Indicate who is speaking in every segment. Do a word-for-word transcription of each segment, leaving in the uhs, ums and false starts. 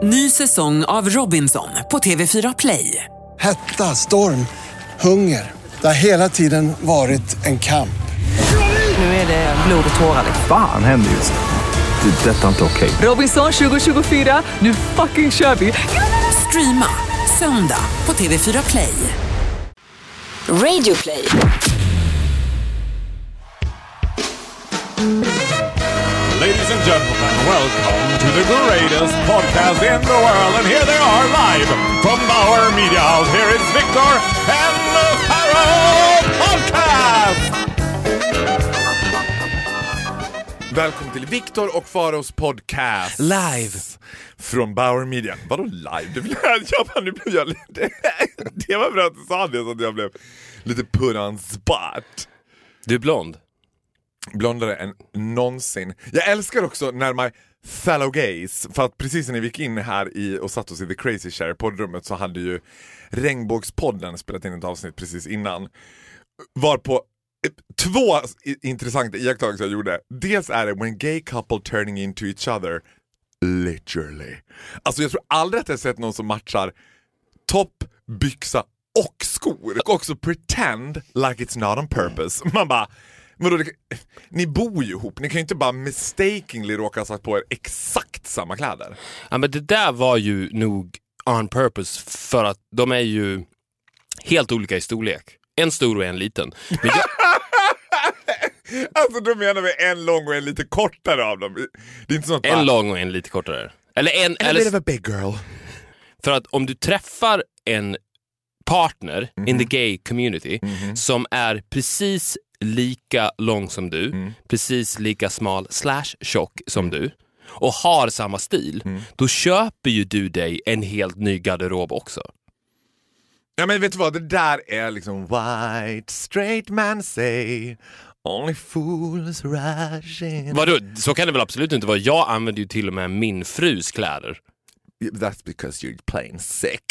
Speaker 1: Ny säsong av Robinson på T V fyra Play.
Speaker 2: Hetta, storm, hunger. Det har hela tiden varit en kamp.
Speaker 1: Nu är det blod och tårar.
Speaker 3: Fan händer just det. Det är detta inte okej.
Speaker 1: Robinson tjugo tjugofyra, nu fucking kör vi. Streama söndag på T V fyra Play.
Speaker 4: Radio Play.
Speaker 5: Ladies and gentlemen, welcome to the greatest podcast in the world. And here they are live from Bauer Media House. Here is Victor and the Pharaoh Podcast! Välkommen till Victor och Faraos podcast.
Speaker 6: Live.
Speaker 5: Från Bauer Media. Vadå live? Det, blev, jag bara, nu blev jag lite, det var bra att du sa det så att jag blev lite put on spot.
Speaker 6: Du är blond.
Speaker 5: Blondare än någonsin. Jag älskar också när my fellow gays, för att precis när vi gick in här i och satt oss i The Crazy Share poddrummet så hade ju Regnbågspodden spelat in ett avsnitt precis innan. Var på två intressanta iakttagelser jag gjorde. Dels är det when gay couple turning into each other literally. Alltså jag tror aldrig att jag sett någon som matchar topp, byxa och skor. Och också pretend like it's not on purpose. Man bara, men då, ni bor ju ihop. Ni kan ju inte bara mistakenly råka ha satt på er exakt samma kläder.
Speaker 6: Ja, men det där var ju nog on purpose, för att de är ju helt olika i storlek. En stor och en liten. Men jag...
Speaker 5: Alltså då menar vi en lång och en lite kortare av dem. Det är inte sånt
Speaker 6: en
Speaker 5: bara...
Speaker 6: lång och en lite kortare. Eller en...
Speaker 5: Eller...
Speaker 6: eller...
Speaker 5: bit of a big girl.
Speaker 6: För att om du träffar en partner
Speaker 5: mm-hmm.
Speaker 6: in the gay community
Speaker 5: mm-hmm.
Speaker 6: som är precis lika lång som du, mm. precis lika smal slash tjock som du och har samma stil, mm. då köper ju du dig en helt ny garderob också.
Speaker 5: Ja, men vet du vad, det där är liksom white straight man say only fools rush in.
Speaker 6: Vadå? Så kan det väl absolut inte vara. Jag använder ju till och med min frus kläder.
Speaker 5: That's because you're plain sick.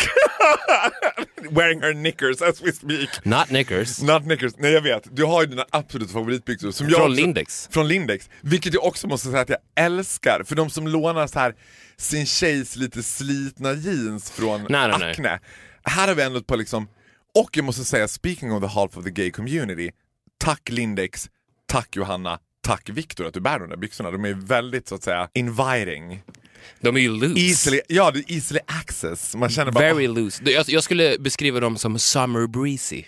Speaker 5: Wearing her knickers as we speak.
Speaker 6: Not knickers.
Speaker 5: Not knickers. Nej, jag vet. Du har ju dina absoluta favoritbyxor som jag
Speaker 6: Från
Speaker 5: också,
Speaker 6: Lindex.
Speaker 5: Från Lindex. Vilket jag också måste säga att jag älskar. För de som lånar så här sin tjejs lite slitna jeans från
Speaker 6: nej, nej,
Speaker 5: Acne.
Speaker 6: Nej.
Speaker 5: Här har vi ändå på liksom... Och jag måste säga, speaking of the half of the gay community, tack Lindex, tack Johanna, tack Victor att du bär de där byxorna. De är väldigt, så att säga, inviting.
Speaker 6: De är ju loose.
Speaker 5: Easily, ja, det är easily access. Man känner bara...
Speaker 6: Very loose. Jag, jag skulle beskriva dem som summer breezy.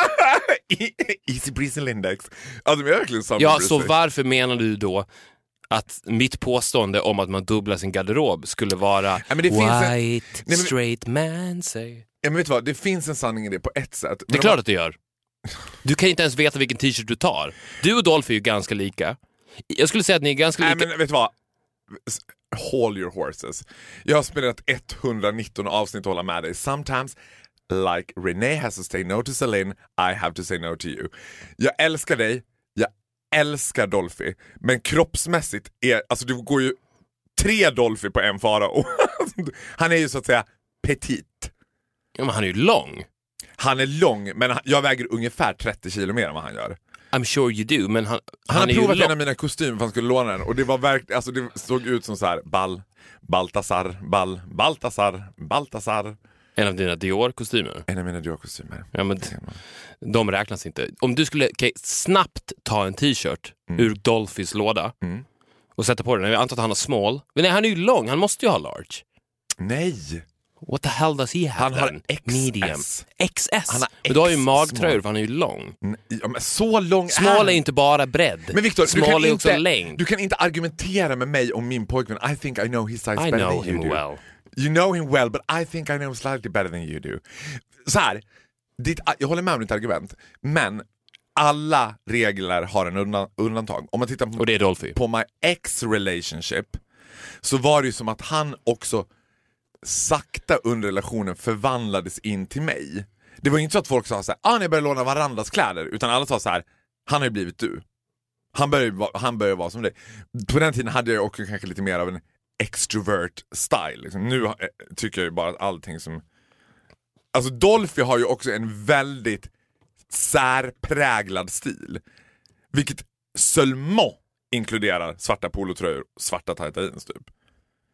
Speaker 5: Easy breezy Lindex. Ja, de är verkligen summer
Speaker 6: ja,
Speaker 5: breezy.
Speaker 6: så varför menar du då att mitt påstående om att man dubblar sin garderob skulle vara
Speaker 5: ja, men det
Speaker 6: white,
Speaker 5: finns en... Nej, men...
Speaker 6: straight man say...
Speaker 5: Ja, men vet du vad? Det finns en sanning i det på ett sätt.
Speaker 6: Det är klart att det gör. Du kan inte ens veta vilken t-shirt du tar. Du och Dolph är ju ganska lika. Jag skulle säga att ni är ganska lika.
Speaker 5: Nej, men vet du vad? Haul your horses. Jag har spelat etthundranitton avsnitt att hålla med dig. Sometimes, like Renee has to say no to Celine, I have to say no to you. Jag älskar dig. Jag älskar Dolphy. Men kroppsmässigt är... Alltså du går ju tre Dolphy på en Farao. Han är ju så att säga petit.
Speaker 6: Ja, men han är ju lång.
Speaker 5: Han är lång, men jag väger ungefär trettio kilo mer än vad han gör.
Speaker 6: I'm sure you do, men han,
Speaker 5: han,
Speaker 6: han
Speaker 5: har
Speaker 6: är
Speaker 5: provat
Speaker 6: ju
Speaker 5: en av mina kostymer för att han skulle låna den. Och det var verkligen, alltså det såg ut som så här: Ball, Baltasar, Ball, Baltasar, Baltasar.
Speaker 6: En av dina Dior-kostymer.
Speaker 5: En av mina Dior-kostymer.
Speaker 6: Ja, men de räknas inte. Om du skulle okay, snabbt ta en t-shirt mm. ur Dolphys låda mm. och sätta på den. Jag antar att han har small. Men nej, han är ju lång, han måste ju ha large.
Speaker 5: Nej.
Speaker 6: What the hell does he have?
Speaker 5: Han har
Speaker 6: then?
Speaker 5: X S.
Speaker 6: Medium. X S?
Speaker 5: Han har
Speaker 6: men du har ju magtröjor
Speaker 5: small.
Speaker 6: för han är ju lång.
Speaker 5: Ja, men så lång
Speaker 6: Small
Speaker 5: är
Speaker 6: är inte bara bredd.
Speaker 5: Men Victor,
Speaker 6: small
Speaker 5: du kan
Speaker 6: är
Speaker 5: inte,
Speaker 6: också längd.
Speaker 5: Du kan inte argumentera med mig om min pojkvän. I think I know his size
Speaker 6: I
Speaker 5: better
Speaker 6: know
Speaker 5: than you
Speaker 6: him
Speaker 5: do.
Speaker 6: well.
Speaker 5: You know him well, but I think I know him slightly better than you do. Så här, ditt, jag håller med om ditt argument, men alla regler har en undan, undantag. Om man tittar på,
Speaker 6: och det är Dolphy.
Speaker 5: På my ex relationship så var det ju som att han också sakta under relationen förvandlades in till mig. Det var inte så att folk sa så här: ah, ni börjar låna varandras kläder, utan alla sa så här: han har ju blivit du. Han börjar, han börjar vara som dig. På den tiden hade jag också kanske lite mer av en extrovert style. Liksom. Nu tycker jag ju bara att allting som... Alltså Dolphy har ju också en väldigt särpräglad stil. Vilket seulement inkluderar svarta polotröjor, svarta tajta jeans typ.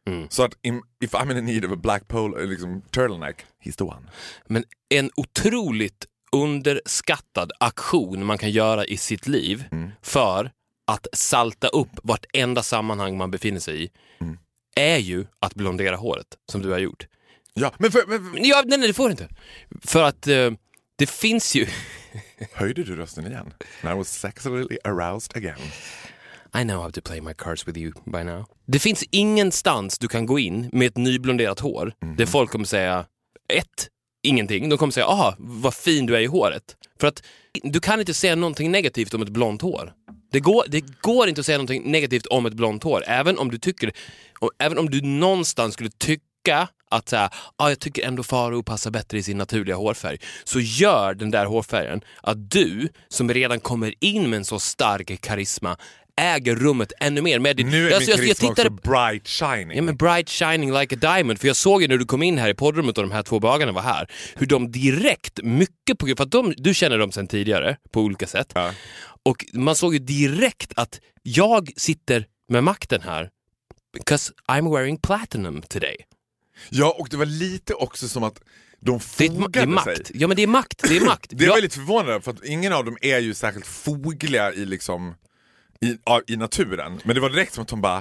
Speaker 5: Mm. Så att im, if I'm in need of a black pole, liksom turtleneck, he's the one.
Speaker 6: Men en otroligt underskattad aktion man kan göra i sitt liv mm. för att salta upp vartenda sammanhang man befinner sig i mm. är ju att blondera håret, som du har gjort.
Speaker 5: Ja, men för... Men för...
Speaker 6: Ja, nej, nej, det får du inte. För att uh, det finns ju...
Speaker 5: Höjde du rösten igen? And I was sexually aroused again.
Speaker 6: I know how to play my cards with you by now. Det finns ingenstans du kan gå in med ett nyblonderat hår mm. där folk kommer säga ett, ingenting. De kommer säga, aha, vad fin du är i håret. För att du kan inte säga någonting negativt om ett blont hår. Det går, det går inte att säga någonting negativt om ett blont hår. Även om du tycker, även om du någonstans skulle tycka att så här, ah, jag tycker ändå Faro passar bättre i sin naturliga hårfärg, så gör den där hårfärgen att du, som redan kommer in med en så stark karisma, äger rummet ännu mer. Med
Speaker 5: din, nu är alltså, min karisma jag, jag tittade, också bright shining.
Speaker 6: Ja, men bright shining like a diamond. För jag såg ju när du kom in här i poddrummet och de här två bagarna var här, hur de direkt, mycket på, för att de, du känner dem sedan tidigare på olika sätt. Ja. Och man såg ju direkt att jag sitter med makten här because I'm wearing platinum today.
Speaker 5: Ja, och det var lite också som att de fogade
Speaker 6: det är, det är makt.
Speaker 5: sig.
Speaker 6: Ja, men det är makt. Det är makt.
Speaker 5: Det är
Speaker 6: jag...
Speaker 5: väldigt förvånande, för att ingen av dem är ju särskilt fogliga i liksom i, i naturen. Men det var direkt som att de bara,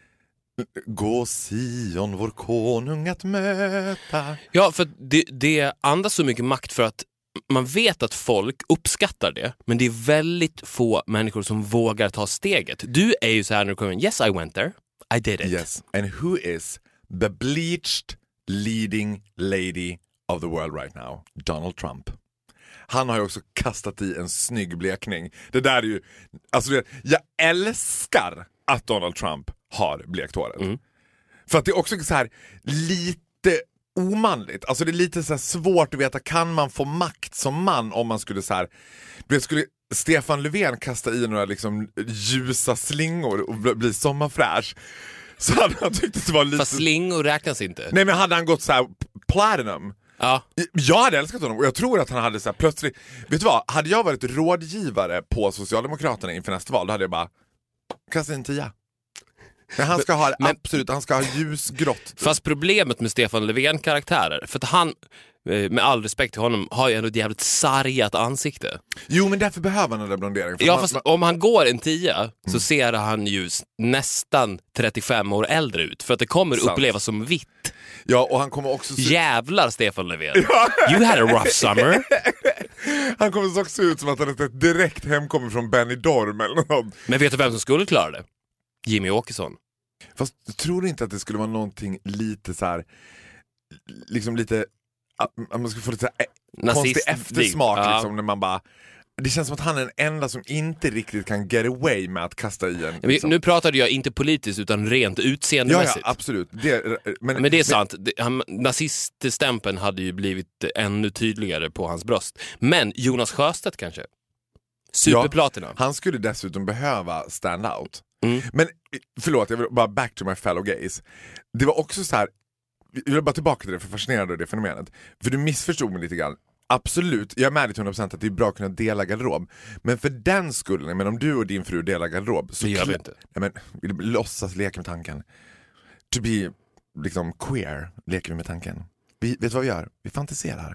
Speaker 5: gå Sion, vår konung att möta.
Speaker 6: Ja, för det, det andas så mycket makt för att man vet att folk uppskattar det, men det är väldigt få människor som vågar ta steget. Du är ju så här när du kommer in, yes I went there, I did it.
Speaker 5: Yes, and who is the bleached leading lady of the world right now? Donald Trump. Han har ju också kastat i en snygg blekning. Det där är ju, alltså jag älskar att Donald Trump har blekt håret. Mm. För att det är också så här lite omanligt. Alltså det är lite så här svårt att veta, kan man få makt som man om man skulle så här, det skulle Stefan Löfven kasta i några liksom ljusa slingor och bli sommarfräsch, så hade han tyckt att det var lite...
Speaker 6: Fast slingor räknas inte.
Speaker 5: Nej, men hade han gått så här platinum,
Speaker 6: ja.
Speaker 5: Jag hade älskat honom, och jag tror att han hade så här plötsligt, vet du vad, hade jag varit rådgivare på Socialdemokraterna inför nästa val, då hade jag bara kasta in tia. Men han ska ha men, absolut, han ska ha ljusgrått.
Speaker 6: Fast problemet med Stefan Löfven-karaktärer, för att han, med all respekt till honom, har ju ändå ett jävligt sargat ansikte.
Speaker 5: Jo, men därför behöver han den där blonderingen.
Speaker 6: Ja,
Speaker 5: man,
Speaker 6: fast
Speaker 5: man...
Speaker 6: om han går en tia mm. så ser han ju nästan trettiofem år äldre ut. För att det kommer Sant. upplevas som vitt.
Speaker 5: Ja, och han kommer också... Se...
Speaker 6: Jävlar, Stefan Löfven. You had a rough summer.
Speaker 5: Han kommer också se ut som att han är direkt hemkommer från Benidorm eller något.
Speaker 6: Men vet du vem som skulle klara det? Jimmy Åkesson.
Speaker 5: Fast jag tror inte att det skulle vara någonting lite så här, liksom lite, att man skulle få lite så här konstig eftersmak ja. Liksom, när man bara, det känns som att han är den enda som inte riktigt kan get away med att kasta i en liksom.
Speaker 6: Nu pratade jag inte politiskt utan rent utseendemässigt.
Speaker 5: Ja, ja, absolut det, men,
Speaker 6: men det är sant det, han, naziststämpeln hade ju blivit ännu tydligare på hans bröst. Men Jonas Sjöstedt kanske superplatina.
Speaker 5: Ja, han skulle dessutom behöva stand out.
Speaker 6: Mm.
Speaker 5: Men förlåt, jag vill bara back to my fellow gays. Det var också så här, jag vill bara tillbaka till det, för fascinerande av det fenomenet. För du missförstod mig lite grann. Absolut, jag är med dig till hundra procent att det är bra att kunna dela garderob. Men för den skullen, men om du och din fru delar garderob, så
Speaker 6: det gör vi inte.
Speaker 5: Nej, men låtsas leka med tanken. To be liksom queer, leker vi med tanken. Vi, vet du vad vi gör? Vi fantiserar.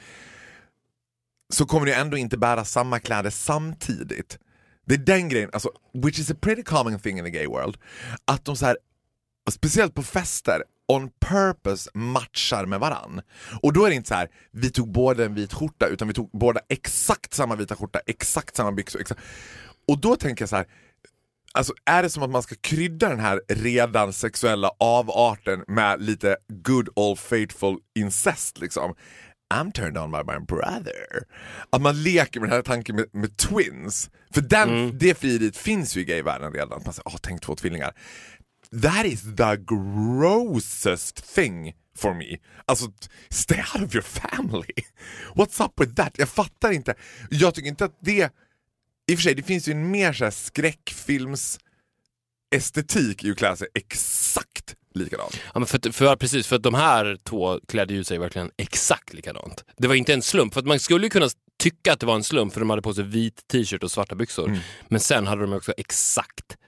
Speaker 5: Så kommer ni ändå inte bära samma kläder samtidigt. Det är den grejen, alltså, which is a pretty common thing in the gay world, att de så här, speciellt på fester, on purpose matchar med varann. Och då är det inte så här, vi tog båda en vit skjorta, utan vi tog båda exakt samma vita skjorta, exakt samma byxor, exakt. Och då tänker jag så här, alltså är det som att man ska krydda den här redan sexuella avarten med lite good old faithful incest liksom. I'm turned on by my brother. Att man leker med den här tanken med, med twins. För den, mm. det frieriet finns ju i gayvärlden redan. Att man säger, åh, tänk två tvillingar. That is the grossest thing for me. Alltså, stay out of your family. What's up with that? Jag fattar inte. Jag tycker inte att det... I och för sig, det finns ju en mer så här skräckfilms estetik i att klä sig exakt likadant.
Speaker 6: Ja, men för, för, precis, för att de här två klädde ju sig verkligen exakt likadant. Det var inte en slump, för att man skulle ju kunna tycka att det var en slump, för de hade på sig vit t-shirt och svarta byxor. Mm. Men sen hade de också exakt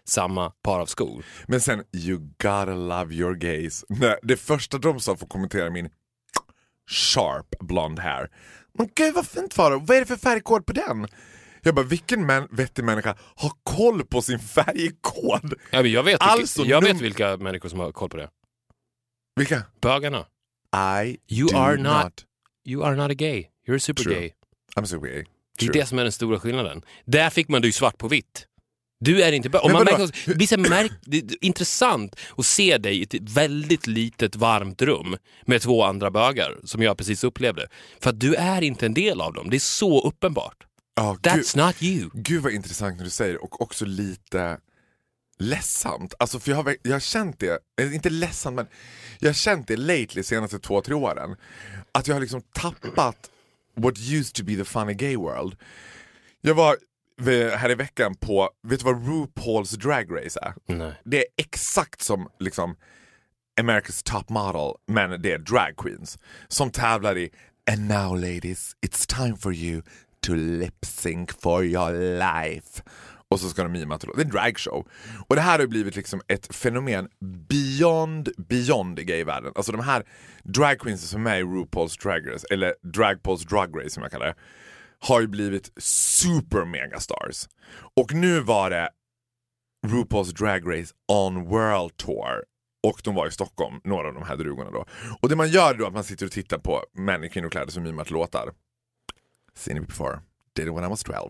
Speaker 6: samma par av skor.
Speaker 5: Men sen, you gotta love your gays. Nej, det första de sa för att kommentera min sharp blond hair. Men gud vad fint var det. Vad är det för färgkod på den? Jag bara, vilken män, vettig människa har koll på sin färgkod?
Speaker 6: Ja, men jag vet,
Speaker 5: alltså,
Speaker 6: vilka, jag
Speaker 5: num-
Speaker 6: vet vilka människor som har koll på det.
Speaker 5: Vilka?
Speaker 6: Bögarna.
Speaker 5: I
Speaker 6: You
Speaker 5: do
Speaker 6: are
Speaker 5: not.
Speaker 6: not, you are not a gay. You're a super
Speaker 5: True.
Speaker 6: gay.
Speaker 5: I'm super gay.
Speaker 6: Det är
Speaker 5: True.
Speaker 6: det som är den stora skillnaden. Där fick man det ju svart på vitt. Du är inte bög. Och
Speaker 5: Men
Speaker 6: man
Speaker 5: vadå?
Speaker 6: märker också, det blir så märk- det är intressant att se dig i ett väldigt litet varmt rum med två andra bögar som jag precis upplevde. För att du är inte en del av dem. Det är så uppenbart.
Speaker 5: Oh,
Speaker 6: That's
Speaker 5: gud,
Speaker 6: not you.
Speaker 5: Gud vad intressant när du säger det. Och också lite ledsamt. Alltså för jag har, jag har känt det, eller inte ledsamt men jag har känt det lately senaste två, tre åren. Att jag har liksom tappat what used to be the funny gay world. Jag var här i veckan på, vet du vad RuPaul's Drag Race är?
Speaker 6: Nej.
Speaker 5: Det är exakt som liksom America's Top Model, men det är drag queens som tävlar i And now ladies, it's time for you to lip sync for your life. Och så ska de mima till det. Det är en dragshow. Och det här har ju blivit liksom ett fenomen beyond, beyond i gayvärlden. Alltså de här drag queens som är i RuPaul's Drag Race, eller RuPaul's Drag Race som jag kallar det, har ju blivit super megastars. Och nu var det RuPaul's Drag Race on World Tour. Och de var i Stockholm, några av de här drugorna då. Och det man gör då är att man sitter och tittar på män i kvinnokläder som mimar till låtar. Seen it before. Did it when I was twelve.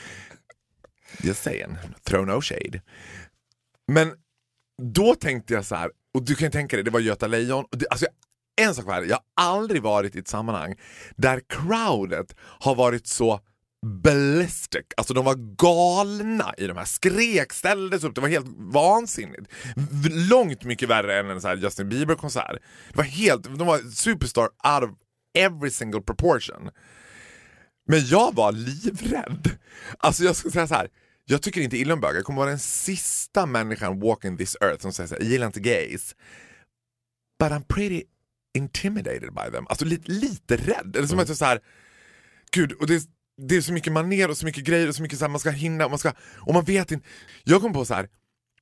Speaker 5: Just saying. Throw no shade. Men då tänkte jag så här, och du kan tänka dig, det var Göta Lejon. Och det, alltså en sak var det, jag har aldrig varit i ett sammanhang där crowdet har varit så ballistic. Alltså de var galna i de här, skrek, ställdes upp, det var helt vansinnigt. V- långt mycket värre än en så här Justin Bieber-konsert. Det var helt, de var superstar out of every single proportion. Men jag var livrädd. Alltså jag ska säga så här, jag tycker inte illa om bögar. Jag kommer vara den sista människan walking this earth som säger så här, jag gillar inte gays. But I'm pretty intimidated by them. Alltså lite, lite rädd. Eller som att jag så här, gud, och det är, det är så mycket maner och så mycket grejer och så mycket så här, man ska hinna och man ska, och man vet inte. Jag kom på så här,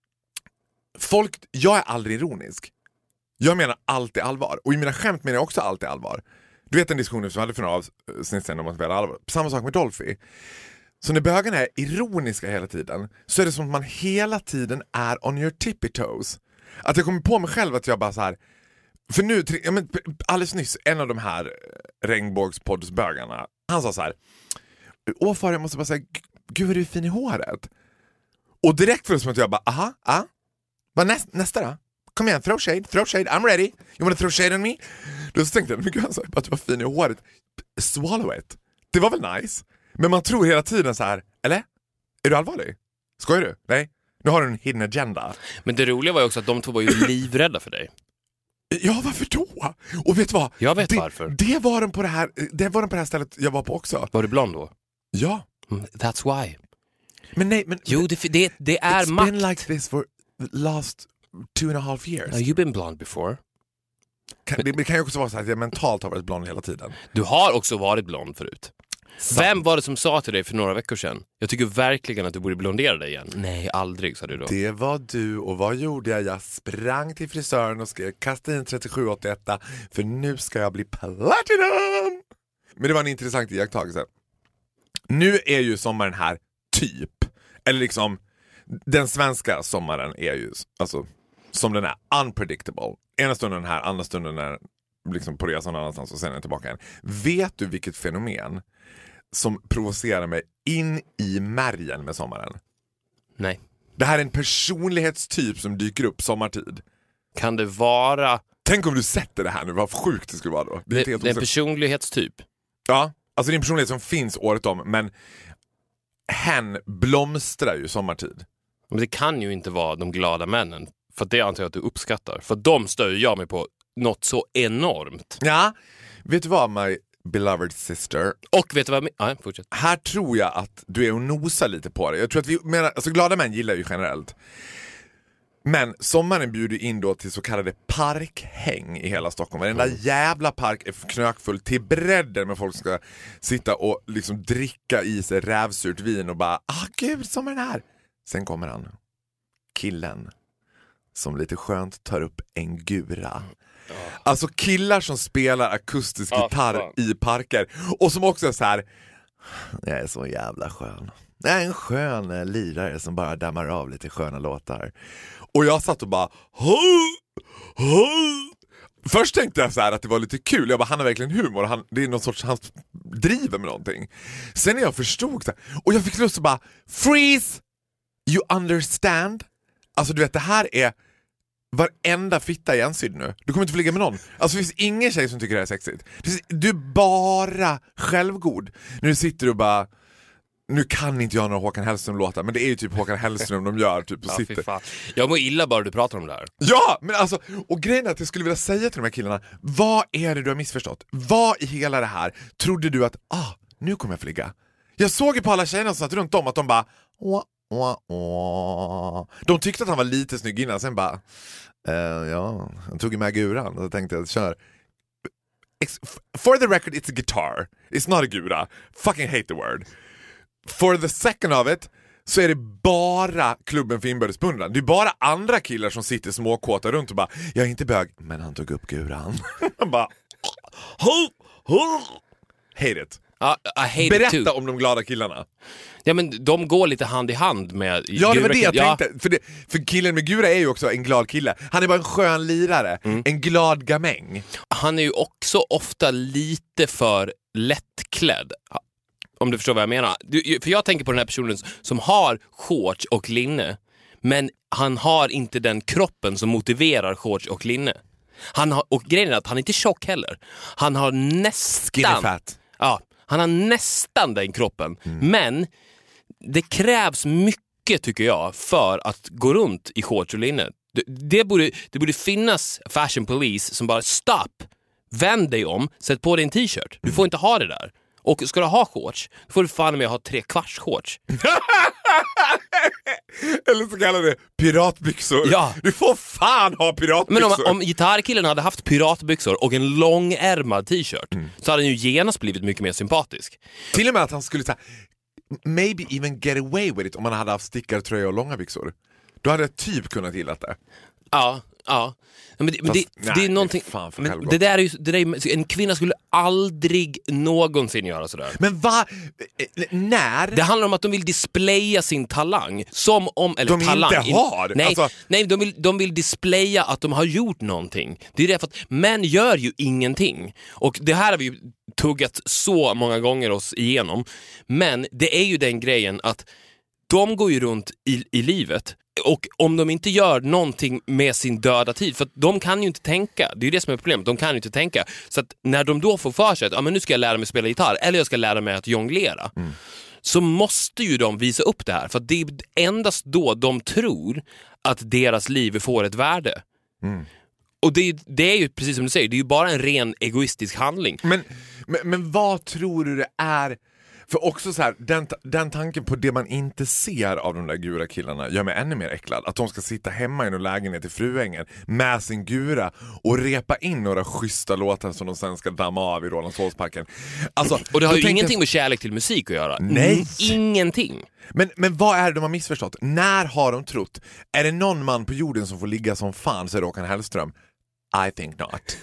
Speaker 5: folk, jag är aldrig ironisk. Jag menar alltid allvar. Och i mina skämt menar jag också alltid allvar. Du vet en diskussion som vi hade för några avsnitt sen om att spela allvar. Samma sak med Dolphy. Så när bögarna är ironiska hela tiden så är det som att man hela tiden är on your tippy toes. Att jag kommer på mig själv att jag bara så här, för nu, ja, men, alldeles nyss, en av de här regnbågspoddsbögarna, han sa så här, åh far, jag måste bara säga, gud vad du är fin i håret. Och direkt för det som att jag bara, aha, ah, vad näst, nästa då? Kom igen, throw shade, throw shade, I'm ready. You wanna throw shade on me? Då så tänkte jag, men gud han sa att du var fin i håret. Swallow it. Det var väl nice. Men man tror hela tiden så här, eller? Är du allvarlig? Skojar du? Nej. Nu har du en hidden agenda.
Speaker 6: Men det roliga var ju också att de två var ju livrädda för dig.
Speaker 5: Ja, varför då? Och vet du vad?
Speaker 6: Jag vet
Speaker 5: det,
Speaker 6: varför.
Speaker 5: Det var den på det här, det var den på det här stället jag var på också.
Speaker 6: Var du blond då?
Speaker 5: Ja.
Speaker 6: Mm, that's why.
Speaker 5: Men nej, men
Speaker 6: Jo, det, det, det är
Speaker 5: it's
Speaker 6: makt.
Speaker 5: been like this for the last two and a half years.
Speaker 6: No, you've been blonde before.
Speaker 5: Kan, det, det kan ju också vara så att jag mentalt har varit blond hela tiden.
Speaker 6: Du har också varit blond förut.
Speaker 5: Sant.
Speaker 6: Vem var det som sa till dig för några veckor sedan? Jag tycker verkligen att du borde blondera dig igen. Nej, aldrig, sa du då.
Speaker 5: Det var du, och vad gjorde jag? Jag sprang till frisören och skrev kasta in trettiosju åttioett för nu ska jag bli platinum. Men det var en intressant iakttagelse. Nu är ju sommaren här typ, eller liksom den svenska sommaren är ju alltså som den är unpredictable. Ena stunden här, andra stunden är liksom på resan någon annanstans och sen är den tillbaka igen. Vet du vilket fenomen som provocerar mig in i märgen med sommaren?
Speaker 6: Nej.
Speaker 5: Det här är en personlighetstyp som dyker upp sommartid.
Speaker 6: Kan det vara...
Speaker 5: Tänk om du sätter det här nu, vad sjukt det skulle vara då. Det är,
Speaker 6: Det,
Speaker 5: helt
Speaker 6: det är en
Speaker 5: osett.
Speaker 6: personlighetstyp.
Speaker 5: Ja, alltså det är en personlighet som finns året om, men hen blomstrar ju sommartid.
Speaker 6: Men det kan ju inte vara de glada männen. För det antar jag att du uppskattar. För de stör jag mig på något så enormt.
Speaker 5: Ja, vet du vad, my beloved sister?
Speaker 6: Och vet du vad... Ja, fortsätt.
Speaker 5: Här tror jag att du är och nosar lite på det. Jag tror att vi menar, alltså glada män gillar ju generellt. Men sommaren bjuder in då till så kallade parkhäng i hela Stockholm. Varenda mm. jävla park är knökfull till bredden med folk som ska sitta och liksom dricka i sig rävsurt vin och bara, ah gud, sommaren är här. Sen kommer han. killen som lite skönt tar upp en gura. Alltså killar som spelar akustisk
Speaker 6: Ja,
Speaker 5: gitarr
Speaker 6: fan.
Speaker 5: i parker. Och som också är så här: jag är så jävla skön. Jag är en skön eh, lirare som bara dammar av lite sköna låtar. Och jag satt och bara Hå! Hå! Först tänkte jag så här att det var lite kul. Jag bara, han har verkligen humor. Han, det är någon sorts, han driver med någonting. Sen när jag förstod så här, och jag fick lust att bara freeze! You understand? Alltså du vet, det här är varenda fitta i ensydd nu. Du kommer inte få ligga med någon. Alltså det finns ingen tjej som tycker det här är sexigt. Du är bara självgod. När du sitter och bara, nu kan inte jag några Håkan Hellström-låtar, men det är ju typ Håkan Hellström de gör typ och
Speaker 6: Ja,
Speaker 5: sitter.
Speaker 6: fy fan. Jag mår illa bara du pratar om det här.
Speaker 5: Ja, men alltså, och grejen är att jag skulle vilja säga till de här killarna, vad är det du har missförstått? Vad i hela det här trodde du att, ah, nu kommer jag få ligga? Jag såg ju på alla tjejerna som satt runt om att de bara, åh, åh, åh. De tyckte att han var lite snygg innan, sen bara, eh, ja, han tog ju med guran och så tänkte jag, kör. For the record, it's a guitar. It's not a gura. Fucking hate the word. For the second of it så är det bara klubben för inbördes beundran. Det är bara andra killar som sitter småkåta runt och bara, jag är inte bög, men han tog upp guran. Man bara, hate it.
Speaker 6: Ja, I hate
Speaker 5: Berätta
Speaker 6: it too.
Speaker 5: om de glada killarna.
Speaker 6: Ja, men de går lite hand i hand med
Speaker 5: Ja, det var det jag
Speaker 6: ja.
Speaker 5: tänkte. För, det, för killen med gura är ju också en glad kille. Han är bara en skön lirare. Mm. En glad gamäng.
Speaker 6: Han är ju också ofta lite för lättklädd. Om du förstår vad jag menar. Du, för jag tänker på den här personen som har shorts och linne, men han har inte den kroppen som motiverar shorts och linne. Han har, och grejen är att han är inte tjock heller. Han har nästan...
Speaker 5: Skinny fat.
Speaker 6: Ja, han har nästan den kroppen. Mm. Men det krävs mycket, tycker jag, för att gå runt i shorts och linne. Det, det, borde, det borde finnas fashion police som bara stopp, vänd dig om, sätt på dig en t-shirt. Du får inte ha det där. Och ska du ha shorts, då får du fan med att ha tre kvarts shorts.
Speaker 5: Eller så kallar det piratbyxor.
Speaker 6: Ja.
Speaker 5: Du får fan ha piratbyxor.
Speaker 6: Men om, om gitarrkillen hade haft piratbyxor och en långärmad t-shirt, mm. så hade han ju genast blivit mycket mer sympatisk.
Speaker 5: Till och med att han skulle säga, maybe even get away with it om man hade haft stickartröja och långa byxor. Då hade jag typ kunnat gilla det.
Speaker 6: Ja, ja. Men det, men det,
Speaker 5: nej,
Speaker 6: det är någonting,
Speaker 5: det är fan för
Speaker 6: men det där är ju, det där är, en kvinna skulle aldrig någonsin göra sådär.
Speaker 5: Men vad? När?
Speaker 6: Det handlar om att de vill displaya sin talang som om, eller
Speaker 5: de
Speaker 6: talang
Speaker 5: inte har.
Speaker 6: Nej,
Speaker 5: alltså...
Speaker 6: nej de, vill, de vill displaya att de har gjort någonting. Det är därför att män gör ju ingenting. Och det här har vi ju tuggat så många gånger oss igenom. Men det är ju den grejen att de går ju runt i, i livet. Och om de inte gör någonting med sin döda tid, för att de kan ju inte tänka, det är ju det som är problemet, de kan ju inte tänka. Så att när de då får för sig att ja, men nu ska jag lära mig spela gitarr, eller jag ska lära mig att jonglera, mm. så måste ju de visa upp det här. För att det är endast då de tror att deras liv får ett värde. Mm. Och det, det är ju precis som du säger, det är ju bara en ren egoistisk handling.
Speaker 5: Men, men, men vad tror du det är? För också så här, den, den tanken på det man inte ser av de där gura killarna gör mig ännu mer äcklad. Att de ska sitta hemma i någon lägenhet i Fruängen med sin gura och repa in några schyssta låtar som de sen ska damma av i Rålambshovsparken. Alltså,
Speaker 6: och det har ju
Speaker 5: tänkte...
Speaker 6: ingenting med kärlek till musik att göra.
Speaker 5: Nej.
Speaker 6: Ingenting.
Speaker 5: Men, men vad är det de har missförstått? När har de trott? Är det någon man på jorden som får ligga som fan, så är det Håkan Hellström? I think not.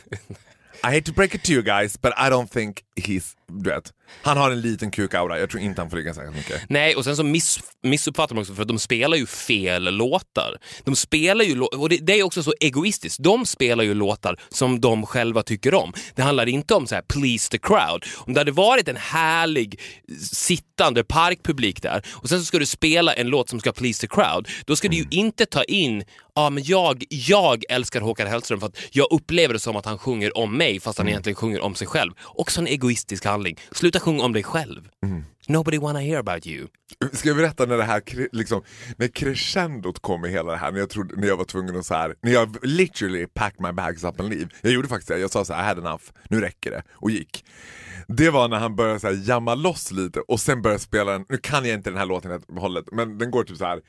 Speaker 5: I hate to break it to you guys, but I don't think he's, du vet, han har en liten kukaura. Jag tror inte han får ligga särskilt mycket.
Speaker 6: Nej, och sen så miss, missuppfattar man också för att de spelar ju fel låtar. De spelar ju, och det, det är också så egoistiskt. De spelar ju låtar som de själva tycker om. Det handlar inte om så här please the crowd. Om det hade varit en härlig sittande parkpublik där och sen så ska du spela en låt som ska please the crowd, då ska mm. du ju inte ta in ja, men jag, jag älskar Håkan Hellström för att jag upplever det som att han sjunger om mig fast han mm. egentligen sjunger om sig själv. Också en egoistisk handling. Sluta sjunga om dig själv. Mm. Nobody wanna hear about you.
Speaker 5: Ska jag berätta när det här liksom, när crescendot kom i hela det här, när jag trodde, när jag var tvungen att så här, när jag literally packed my bags up and leave. Jag gjorde faktiskt det. Jag sa så här, I had enough. Nu räcker det. Och gick. Det var när han började så här jamma loss lite och sen började spela en, nu kan jag inte den här låten helt och hållet, men den går typ så här.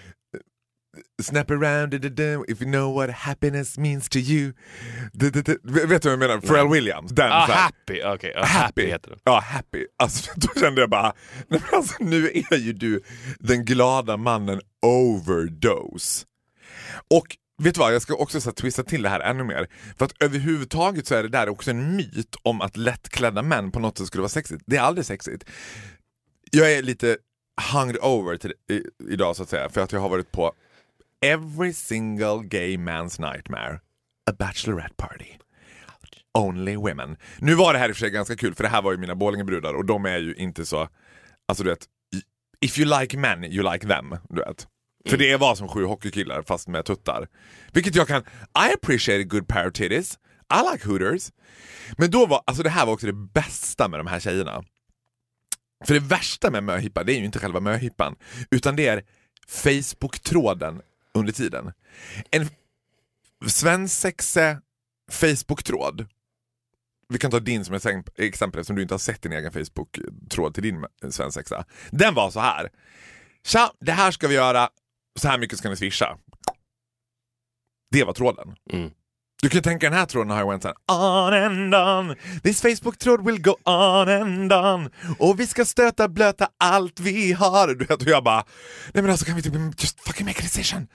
Speaker 5: Snap around if you know what happiness means to you. Vet du vad jag menar? Pharrell Williams. Den,
Speaker 6: ah, happy. Okej, okay. ah, happy. happy heter det.
Speaker 5: Ja, happy. Alltså, då kände jag bara, nej, alltså, nu är ju du den glada mannen overdose. Och vet du vad, jag ska också så här, twista till det här ännu mer. För att överhuvudtaget så är det där också en myt om att lättklädda män på något sätt skulle vara sexigt. Det är aldrig sexigt. Jag är lite hunged over till, i, idag så att säga. För att jag har varit på every single gay man's nightmare. A bachelorette party. Only women. Nu var det här i och för sig ganska kul, för det här var ju mina Borlängebrudar och de är ju inte så, alltså du vet, if you like men, you like them, du vet. För det var som sju hockeykillar fast med tuttar. Vilket jag kan, I appreciate a good pair of titties. I like hooters. Men då var, alltså det här var också det bästa med de här tjejerna. För det värsta med möhippan, det är ju inte själva möhippan, utan det är Facebook-tråden under tiden. En svensexe Facebook-tråd. Vi kan ta din som ett exempel som du inte har sett din egen Facebook-tråd till din svensexa. Den var så här. Tja, det här ska vi göra. Så här mycket ska ni swisha. Det var tråden. Mm. Du kan tänka den här tråden har jag went on and on. This Facebook-tråd will go on and on. Och vi ska stöta blöta allt vi har. Du vet, och jag bara, nej men alltså kan vi typ just fucking make a decision.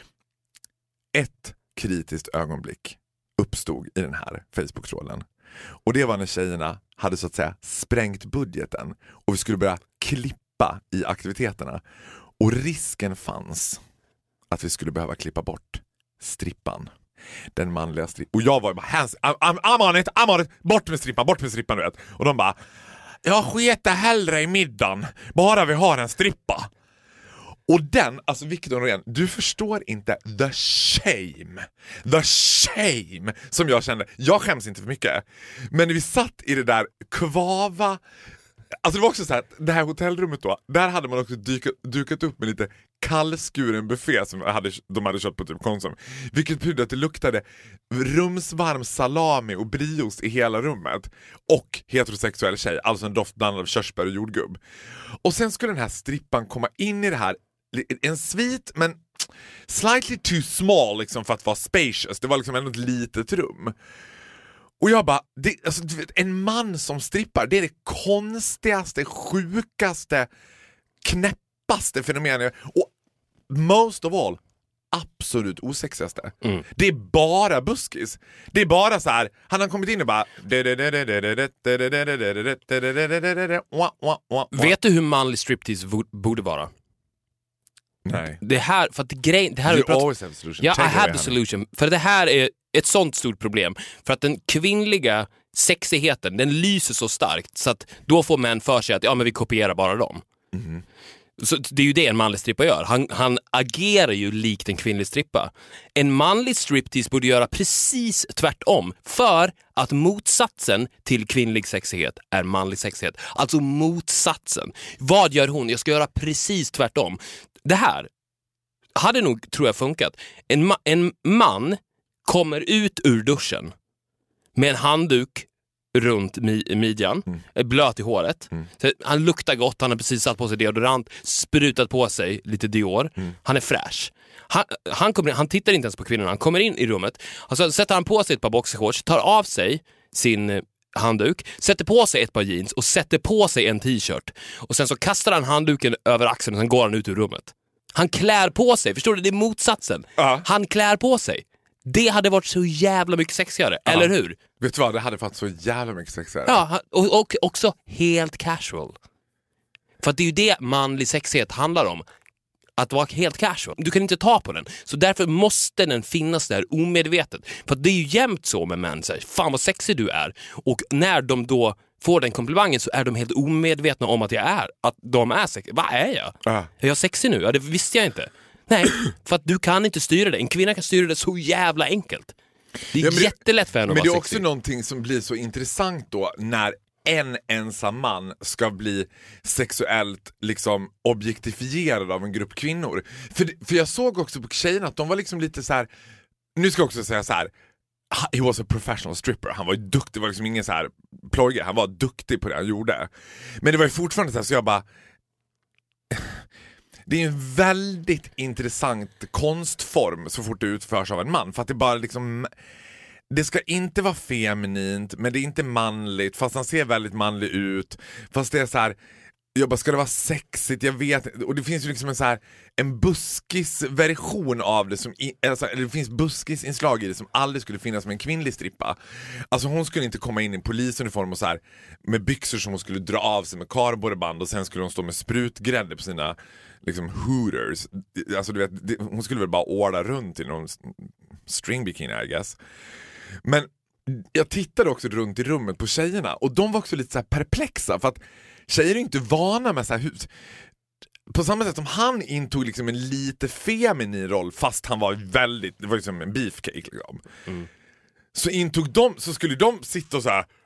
Speaker 5: Ett kritiskt ögonblick uppstod i den här Facebook-tråden. Och det var när tjejerna hade så att säga sprängt budgeten och vi skulle börja klippa i aktiviteterna. Och risken fanns att vi skulle behöva klippa bort strippan. Den manliga strippan. Och jag var bara, hands, I'm, I'm, I'm on it, I'm on it. Bort med strippan, bort med strippan, du vet. Och de bara, jag skiter hellre i middagen. Bara vi har en strippa. Och den, alltså Victor Norén, du förstår inte the shame. The shame som jag kände. Jag skäms inte för mycket. Men när vi satt i det där kvava. Alltså det var också så här, det här hotellrummet då, där hade man också dykat, dukat upp med lite kallskuren buffé som hade, de hade köpt på typ Konsum. Vilket betydde att det luktade rumsvarm salami och briost i hela rummet. Och heterosexuell tjej, alltså en doft blandad av körsbär och jordgubb. Och sen skulle den här strippan komma in i det här, en svit men slightly too small liksom för att vara spacious. Det var liksom ändå ett litet rum. Och jag bara, det, alltså, en man som strippar, det är det konstigaste, sjukaste, knäppaste fenomenet. Och most of all, absolut osexigaste. Mm. Det är bara buskis. Det är bara så här, han har kommit in och bara
Speaker 6: vet du hur manlig striptease borde vara?
Speaker 5: Nej.
Speaker 6: Det här, för att grej, det här
Speaker 5: you
Speaker 6: pratat,
Speaker 5: always have a solution.
Speaker 6: Ja, I have the
Speaker 5: henne.
Speaker 6: solution. För det här är ett sånt stort problem. För att den kvinnliga sexigheten, den lyser så starkt så att då får män för sig att ja, men vi kopierar bara dem. Mm. Så det är ju det en manlig strippa gör. Han, han agerar ju likt en kvinnlig strippa. En manlig striptease borde göra precis tvärtom. För att motsatsen till kvinnlig sexighet är manlig sexighet. Alltså motsatsen. Vad gör hon? Jag ska göra precis tvärtom. Det här hade nog, tror jag, funkat. En, ma- en man kommer ut ur duschen med en handduk runt mi- midjan, mm. blöt i håret. Mm. Så han luktar gott, han har precis satt på sig deodorant, sprutat på sig lite Dior. Mm. Han är fräsch. Han, han, kommer in, han tittar inte ens på kvinnorna, han kommer in i rummet. Alltså sätter han på sig ett par boxershorts, tar av sig sin handduk, sätter på sig ett par jeans och sätter på sig en t-shirt. Och sen så kastar han handduken över axeln och sen går han ut ur rummet. Han klär på sig, förstår du? Det är motsatsen. Uh-huh. Han klär på sig. Det hade varit så jävla mycket sexigare, uh-huh. eller hur?
Speaker 5: Vet du vad, det hade varit så jävla mycket sexigare.
Speaker 6: Ja, och, och också helt casual. För att det är ju det manlig sexighet handlar om. Att vara helt casual. Du kan inte ta på den. Så därför måste den finnas där omedvetet. För att det är ju jämt så med män. Så här, fan vad sexig du är. Och när de då får den komplimangen så är de helt omedvetna om att jag är. Att de är sexig. Vad är jag? Uh. Är jag sexig nu? Ja, det visste jag inte. Nej, för att du kan inte styra det. En kvinna kan styra det så jävla enkelt. Det är ja, jättelätt för henne att vara sexig. Men det är
Speaker 5: också någonting som blir så intressant då när en ensam man ska bli sexuellt liksom objektifierad av en grupp kvinnor. För, för jag såg också på tjejerna att de var liksom lite så här. Nu ska jag också säga så här. He was a professional stripper. Han var ju duktig, det var liksom ingen så här plojge. Han var duktig på det han gjorde. Men det var ju fortfarande så här, så jag bara det är en väldigt intressant konstform så fort det utförs av en man. För att det bara liksom, det ska inte vara feminint, men det är inte manligt. Fast han ser väldigt manlig ut. Fast det är så här, jag bara, ska det vara sexigt? Jag vet. Och det finns ju liksom en så här en buskis-version av det som i, alltså, eller det finns buskis-inslag i det som aldrig skulle finnas som en kvinnlig strippa. Alltså hon skulle inte komma in i en polisuniform och så här med byxor som hon skulle dra av sig med kardborreband och sen skulle hon stå med sprutgrädde på sina liksom hooters. Alltså du vet, det, hon skulle väl bara åla runt i någon string bikini, I guess. Men jag tittade också runt i rummet på tjejerna och de var också lite så här perplexa för att tjejer är inte vana med så här hus. På samma sätt som han intog liksom en lite feminin roll fast han var väldigt, det var liksom en beefcake liksom. Mm. Så intog de, så skulle de sitta och så här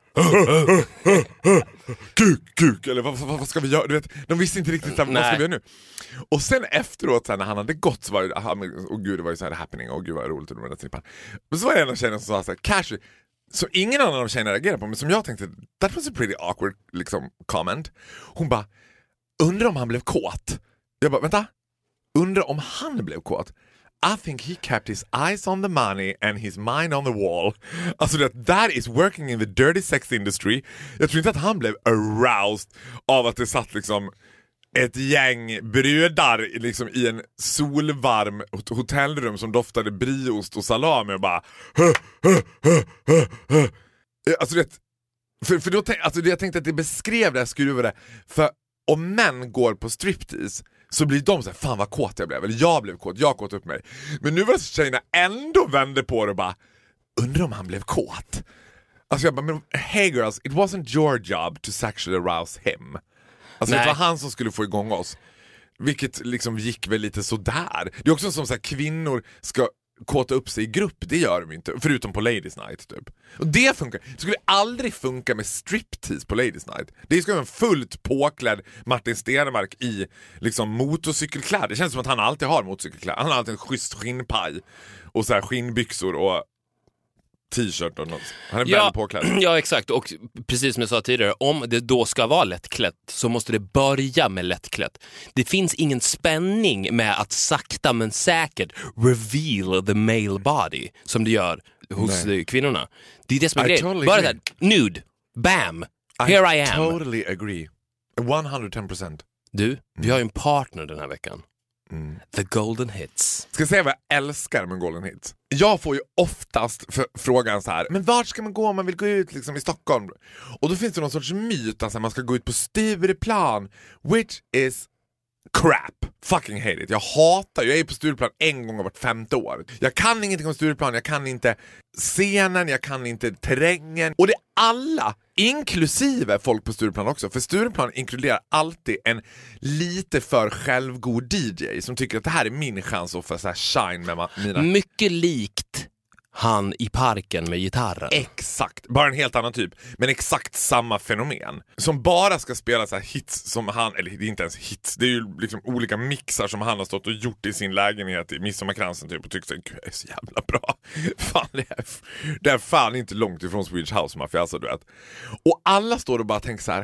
Speaker 5: kuk, kuk, eller vad, vad, vad ska vi göra? Du vet, de visste inte riktigt, vad ska vi göra nu? Och sen efteråt så här, när han hade gått så var det, aha, men, oh gud, det var ju så här happening, och oh, gud vad roligt. Och men så var det en av tjejerna som sa så här, casual, så ingen annan av tjejerna reagerade på, men som jag tänkte, that was a pretty awkward liksom, comment. Hon bara, undrar om han blev kåt. Jag bara, vänta, undrar om han blev kåt. I think he kept his eyes on the money and his mind on the wall. Alltså that, that is working in the dirty sex industry. Jag tror inte att han blev aroused av att det satt liksom ett gäng brödar liksom i en solvarm hotellrum som doftade brieost och salami och bara hö, hö, hö, hö, hö. Alltså det, för, för då tänk, alltså jag tänkte att det beskrev det här skruvade. För om män går på striptease så blir de så här, fan vad kåt jag blev. Eller jag blev kåt, jag kåt upp mig. Men nu var det så tjejerna ändå vände på det och bara, undrar om han blev kåt. Alltså jag bara, men hey girls, it wasn't your job to sexually arouse him. Alltså Nej. Det var han som skulle få igång oss. Vilket liksom gick väl lite sådär. Det är också som så här, kvinnor ska kåta upp sig i grupp. Det gör de inte, förutom på Ladies Night typ. Och det funkar. Det skulle aldrig funka med striptease på Ladies Night. Det ska vara en fullt påklädd Martin Stenmark i liksom motorcykelkläder. Det känns som att han alltid har motorcykelkläder. Han har alltid en schysst skinnpaj och så här skinnbyxor och t-shirt och något. Han är
Speaker 6: ja,
Speaker 5: väl påklädd.
Speaker 6: Ja, exakt. Och precis som jag sa tidigare, om det då ska vara lättklätt så måste det börja med lättklätt. Det finns ingen spänning med att sakta men säkert reveal the male body som det gör hos Nej. kvinnorna. Det är det som är grejen. Totally Bara där, nude, bam, here I, I am.
Speaker 5: I totally agree. hundra procent.
Speaker 6: Du, mm. vi har ju en partner den här veckan. Mm. The Golden Hits.
Speaker 5: Ska jag säga vad jag älskar med Golden Hits? Jag får ju oftast för, frågan så här, men vart ska man gå om man vill gå ut liksom, i Stockholm? Och då finns det någon sorts myt att man ska gå ut på Stureplan, which is crap. Fucking hate it. Jag hatar, jag är på Stureplan en gång vart femte år. Jag kan ingenting om Stureplan, jag kan inte scenen, jag kan inte terrängen. Och det är alla, inklusive folk på Stureplan också. För Stureplan inkluderar alltid en lite för självgod D J som tycker att det här är min chans att få så här shine med ma- mina...
Speaker 6: Mycket likt han i parken med gitarren.
Speaker 5: Exakt, bara en helt annan typ. Men exakt samma fenomen. Som bara ska spela så här hits som han, eller det är inte ens hits, det är ju liksom olika mixar som han har stått och gjort i sin lägenhet i Midsommarkransen typ och tyckte att det är så jävla bra. Fan, det är, det är fan inte långt ifrån Swedish House Mafia, alltså, du vet. Och alla står och bara tänker så här,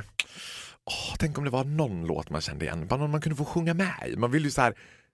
Speaker 5: åh, tänk om det var någon låt man kände igen, bara någon man kunde få sjunga med i. Man vill ju så här,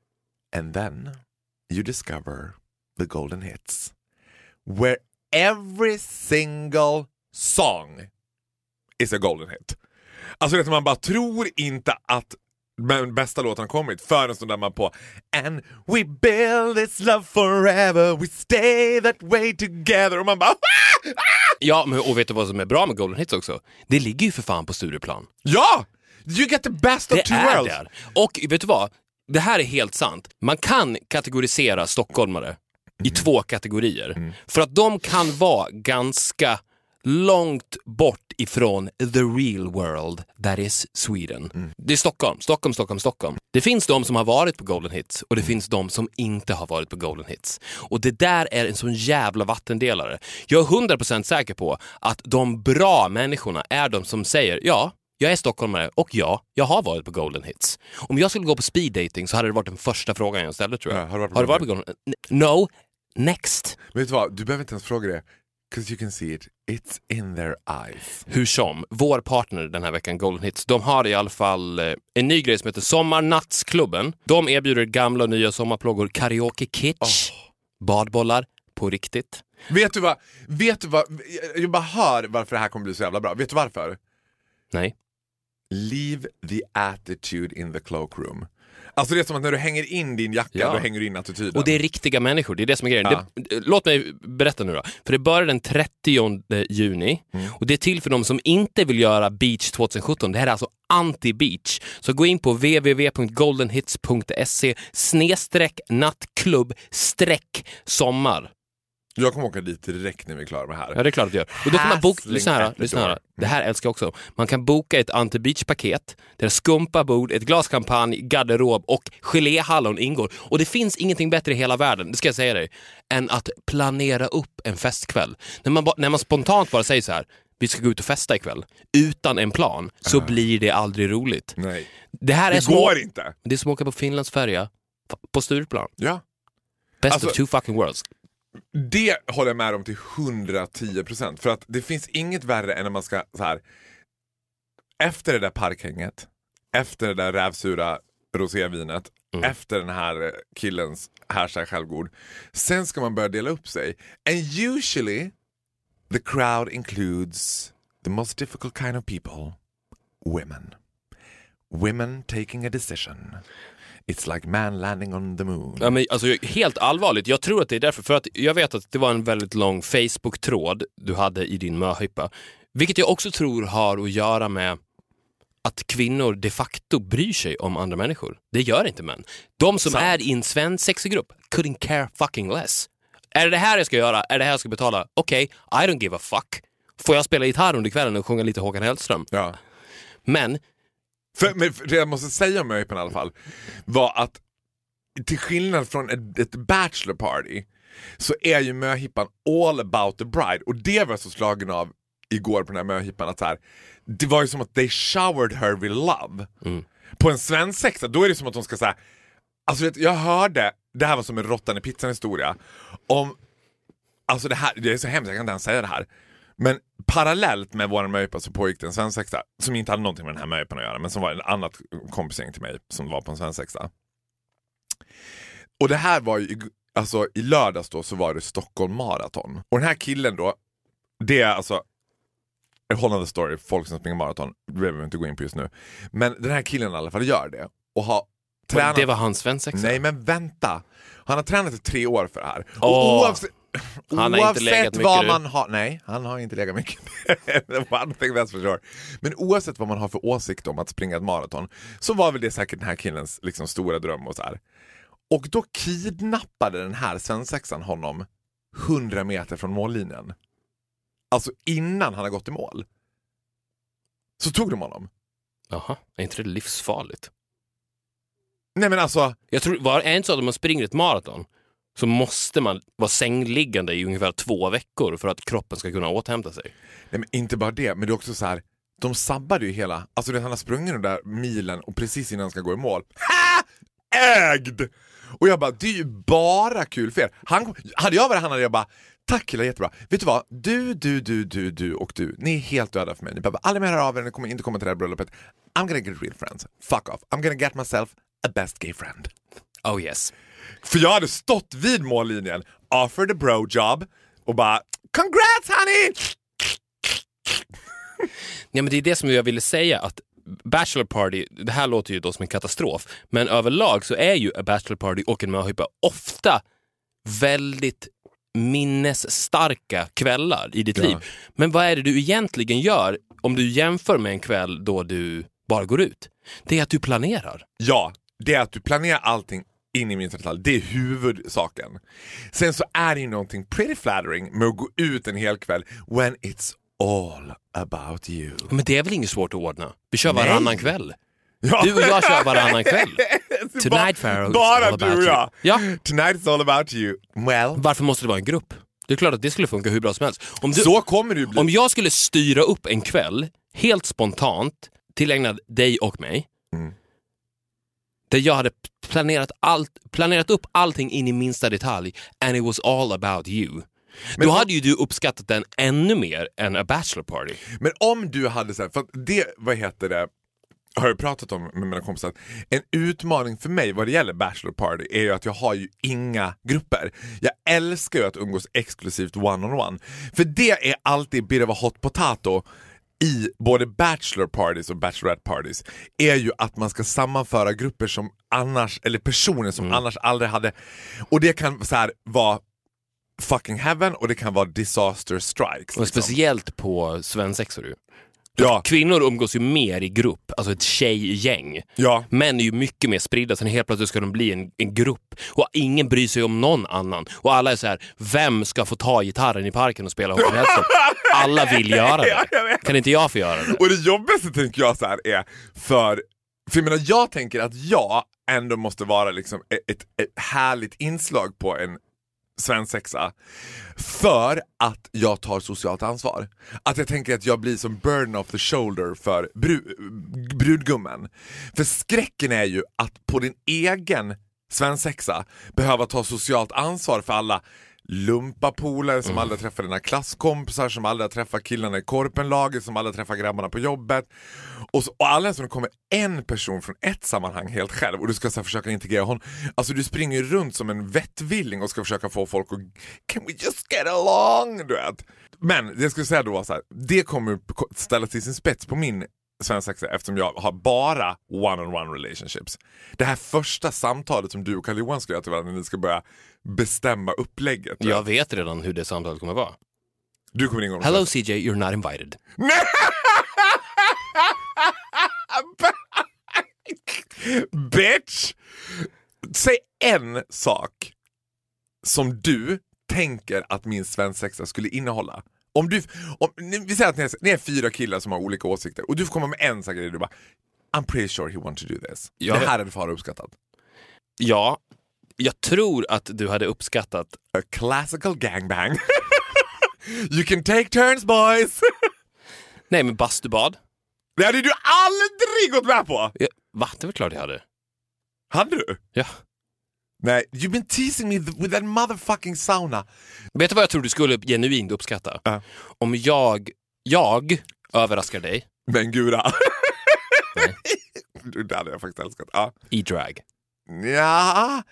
Speaker 5: and then you discover the golden hits. Where every single song is a golden hit. Alltså det är att man bara tror inte att den bästa låten har kommit förrän så där man på and we build this love forever, we stay that way together, och man bara ah! Ah!
Speaker 6: Ja, men och vet du vad som är bra med golden hits också? Det ligger ju för fan på Stureplan.
Speaker 5: Ja! You get the best of
Speaker 6: det
Speaker 5: two
Speaker 6: är
Speaker 5: worlds.
Speaker 6: Där. Och vet du vad? Det här är helt sant. Man kan kategorisera stockholmare i mm. två kategorier. Mm. För att de kan vara ganska långt bort ifrån the real world that is Sweden. Mm. Det är Stockholm, Stockholm, Stockholm, Stockholm. Det finns de som har varit på Golden Hits och det finns de som inte har varit på Golden Hits. Och det där är en sån jävla vattendelare. Jag är hundra procent säker på att de bra människorna är de som säger ja, jag är stockholmare och ja, jag har varit på Golden Hits. Om jag skulle gå på speed dating så hade det varit den första frågan jag ställde, tror jag.
Speaker 5: Ja, har du varit på,
Speaker 6: har du varit på Golden Hits? No, next.
Speaker 5: Vet du vad, du behöver inte ens fråga det. Because you can see it. It's in their eyes.
Speaker 6: Hur som, vår partner den här veckan, Golden Hits, de har i alla fall eh, en ny grej som heter Sommarnattsklubben. De erbjuder gamla och nya sommarplågor, karaoke kitsch, oh. badbollar på riktigt.
Speaker 5: Vet du vad? Vet du vad? Jag bara hör varför det här kommer bli så jävla bra. Vet du varför?
Speaker 6: Nej.
Speaker 5: leave the attitude in the cloakroom. Alltså det är som att när du hänger in din jacka,
Speaker 6: Ja.
Speaker 5: då hänger du in attityden.
Speaker 6: Och det är riktiga människor, det är det som är grejen.
Speaker 5: Ja.
Speaker 6: Det, låt mig berätta nu då. För det börjar den trettionde juni.
Speaker 5: Mm.
Speaker 6: Och det är till för de som inte vill göra Beach tjugohundrasjutton. Det här är alltså anti-beach. Så gå in på w w w punkt golden hits punkt se snedstreck nattklubb streck sommar.
Speaker 5: Jag kommer åka dit direkt när vi är klara med det här.
Speaker 6: Ja, det är klart att du gör. Och då kan man boka,
Speaker 5: Hassling
Speaker 6: lyssna här,
Speaker 5: at the
Speaker 6: lyssna här.
Speaker 5: door.
Speaker 6: Det här älskar jag också. Man kan boka ett anti-beach-paket där skumpabord, ett glas champagne, garderob och geléhallon ingår. Och det finns ingenting bättre i hela världen, det ska jag säga dig, än att planera upp en festkväll. När man, ba, när man spontant bara säger så här: vi ska gå ut och festa ikväll, utan en plan, så uh. blir det aldrig roligt.
Speaker 5: Nej.
Speaker 6: Det här är
Speaker 5: det
Speaker 6: små,
Speaker 5: går inte.
Speaker 6: Det är som att åka på Finlandsfärja på Stureplan.
Speaker 5: Ja.
Speaker 6: Best
Speaker 5: Alltså,
Speaker 6: of two fucking worlds.
Speaker 5: Det håller jag med om till hundratio procent. För att det finns inget värre än när man ska så här, efter det där parkhänget, efter det där rävsura rosévinet, mm. efter den här killens hashtag självgod, sen ska man börja dela upp sig. And usually the crowd includes the most difficult kind of people, women. Women taking a decision. It's like man landing on the moon.
Speaker 6: Ja, men alltså, helt allvarligt, jag tror att det är därför. För att jag vet att det var en väldigt lång Facebook-tråd du hade i din möhippa. Vilket jag också tror har att göra med att kvinnor de facto bryr sig om andra människor. Det gör inte män. De som Sant. är i en svensexegrupp couldn't care fucking less. Är det det här jag ska göra? Är det här jag ska betala? Okej, okay, I don't give a fuck. Får jag spela gitarr under kvällen och sjunga lite Håkan Hellström?
Speaker 5: Ja.
Speaker 6: Men...
Speaker 5: För, men det jag måste säga om möhippan i alla fall var att till skillnad från ett, ett bachelor party så är ju möhippan all about the bride. Och det var så slagen av igår på den här möhippan att så här, det var ju som att they showered her with love. Mm. På en svensexa, då är det som att de ska säga, alltså vet, jag hörde, det här var som en råttan i pizzan historia om, alltså det här, det är så hemskt, jag kan inte ens säga det här. Men parallellt med vår möhippa så pågick det en svensexa som inte hade någonting med den här möhippan att göra, men som var en annat kompisgäng till mig som var på en svensexa. Och det här var ju, alltså i lördags då så var det Stockholm maraton. Och den här killen då, det är alltså a whole other story, folk som springer maraton, det behöver vi inte gå in på just nu. Men den här killen i alla fall gör det och har tränat.
Speaker 6: Det var hans svensexa?
Speaker 5: Nej, men vänta. Han har tränat i tre år för det här.
Speaker 6: Oh.
Speaker 5: Och oavsett
Speaker 6: Han har
Speaker 5: oavsett
Speaker 6: inte legat mycket
Speaker 5: vad
Speaker 6: nu.
Speaker 5: man har, nej, han har inte legat mycket. One thing that's for sure. Men oavsett vad man har för åsikt om att springa ett maraton så var väl det säkert den här killens liksom stora dröm och så här. Och då kidnappade den här svensexan honom hundra meter från mållinjen. Alltså innan han har gått i mål. Så tog de honom.
Speaker 6: Jaha, är inte det livsfarligt?
Speaker 5: Nej men alltså,
Speaker 6: jag tror, var är inte så att om man springer ett maraton så måste man vara sängliggande i ungefär två veckor för att kroppen ska kunna återhämta sig.
Speaker 5: Nej, men inte bara det, men det är också så här, de sabbade ju hela, alltså det, han har sprungit den där milen och precis innan han ska gå i mål, ha! Ägd! Och jag bara, det är ju bara kul för er. Han, hade jag varit han hade jag bara, tack killar, jättebra. Vet du vad, du, du, du, du, du och du, ni är helt döda för mig. Ni behöver aldrig mer höra av er, ni kommer inte komma till det här bröllopet. I'm gonna get real friends, fuck off. I'm gonna get myself a best gay friend.
Speaker 6: Oh yes.
Speaker 5: För jag hade stått vid mållinjen, offered a bro job och bara, congrats honey!
Speaker 6: Ja, men det är det som jag ville säga, att bachelor party, det här låter ju då som en katastrof, men överlag så är ju a bachelor party och en möhippa ofta väldigt minnesstarka kvällar i ditt
Speaker 5: ja.
Speaker 6: liv. Men vad är det du egentligen gör om du jämför med en kväll då du bara går ut? Det är att du planerar.
Speaker 5: Ja, det är att du planerar allting in i minsta detalj. Det är huvudsaken. Sen så är det ju någonting pretty flattering med att gå ut en hel kväll when it's all about you.
Speaker 6: Men det är väl inget svårt att ordna? Vi kör
Speaker 5: Nej.
Speaker 6: varannan kväll.
Speaker 5: Ja.
Speaker 6: Du och jag kör varannan kväll. Tonight, Farrell,
Speaker 5: bara
Speaker 6: all
Speaker 5: du
Speaker 6: about
Speaker 5: och jag.
Speaker 6: Ja.
Speaker 5: Tonight is all about you. Well.
Speaker 6: Varför måste det vara en grupp? Det är klart att det skulle funka hur bra som helst. Om du,
Speaker 5: så kommer det ju bli.
Speaker 6: Om jag skulle styra upp en kväll helt spontant tillägnad dig och mig, mm. där jag hade planerat, allt, planerat upp allting in i minsta detalj, and it was all about you. Men då hade ju du uppskattat den ännu mer än a bachelor party.
Speaker 5: Men om du hade så här, för det, vad heter det, har jag pratat om med mina kompisar, en utmaning för mig vad det gäller bachelor party är ju att jag har ju inga grupper. Jag älskar ju att umgås exklusivt one on one. För det är alltid bit of a hot potato i både bachelor parties och bachelorette parties är ju att man ska sammanföra grupper som annars, eller personer som mm. annars aldrig hade, och det kan så här vara fucking heaven och det kan vara disaster strikes.
Speaker 6: Och
Speaker 5: liksom.
Speaker 6: Speciellt på svensexor ju.
Speaker 5: Ja.
Speaker 6: Kvinnor umgås ju mer i grupp, alltså ett tjejgäng.
Speaker 5: Ja.
Speaker 6: Män är ju mycket mer spridda, sen helt plötsligt ska de bli en, en grupp. Och ingen bryr sig om någon annan. Och alla är så här: vem ska få ta gitarren i parken och spela Håkan Hellström? Alla vill göra det. Kan inte jag få göra det?
Speaker 5: Och det jobbigaste tänker jag så här är för, för jag menar, jag tänker att jag ändå måste vara liksom ett, ett, ett härligt inslag på en svensexa för att jag tar socialt ansvar. Att jag tänker att jag blir som burden of the shoulder för bru- brudgummen. För skräcken är ju att på din egen svensexa behöva ta socialt ansvar för alla lumpapolare som mm. aldrig träffar dina klasskompisar, som aldrig träffar killarna i korpenlaget, som aldrig träffar grabbarna på jobbet. Och, så, och alla som kommer en person från ett sammanhang helt själv och du ska så här, försöka integrera honom. Alltså du springer runt som en vettvilling och ska försöka få folk att can we just get along, du vet. Men det jag skulle säga då var så här, det kommer ställa till sin spets på min svensexa eftersom jag har bara one-on-one relationships. Det här första samtalet som du och Carl Johan ska göra till varandra när ni ska börja bestämma upplägget.
Speaker 6: Jag vet redan hur det samtalet kommer vara.
Speaker 5: Du kommer ingå.
Speaker 6: Hello C J, you're not invited.
Speaker 5: Bitch! Säg en sak som du tänker att min svensexa skulle innehålla. Om du, om, vi säger att ni är, ni är fyra killar som har olika åsikter och du får komma med en sak och du bara I'm pretty sure he want to do this. Ja, det här hade Farao uppskattat.
Speaker 6: Ja, jag tror att du hade uppskattat
Speaker 5: a classical gangbang. You can take turns, boys.
Speaker 6: Nej, men bastubad.
Speaker 5: Det hade du aldrig gått med på.
Speaker 6: Ja, va? Det var klart jag hade.
Speaker 5: Hade du?
Speaker 6: Ja.
Speaker 5: Nej, you've been teasing me with that motherfucking sauna.
Speaker 6: Vet du vad jag tror du skulle genuint uppskatta? Uh. Om jag, jag överraskar dig.
Speaker 5: Men gura. Nej. Det hade jag faktiskt älskat. Ja.
Speaker 6: I drag.
Speaker 5: Ja.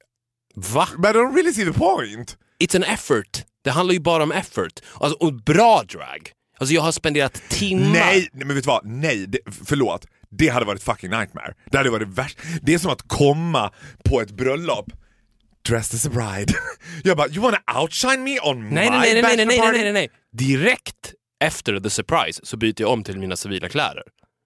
Speaker 6: Va?
Speaker 5: But I don't really see the point.
Speaker 6: It's an effort. Det handlar ju bara om effort. Alltså, och bra drag. Alltså jag har spenderat timmar.
Speaker 5: Nej, men vet du vad? Nej, det, förlåt. Det hade varit fucking nightmare. Det hade varit värst. Det är som att komma på ett bröllop dressed as a bride. Jag bara, you wanna outshine me on
Speaker 6: nej,
Speaker 5: my
Speaker 6: nej, nej, nej, nej, nej,
Speaker 5: party?
Speaker 6: nej, nej, nej. Direkt efter the surprise så byter jag om till mina civila kläder.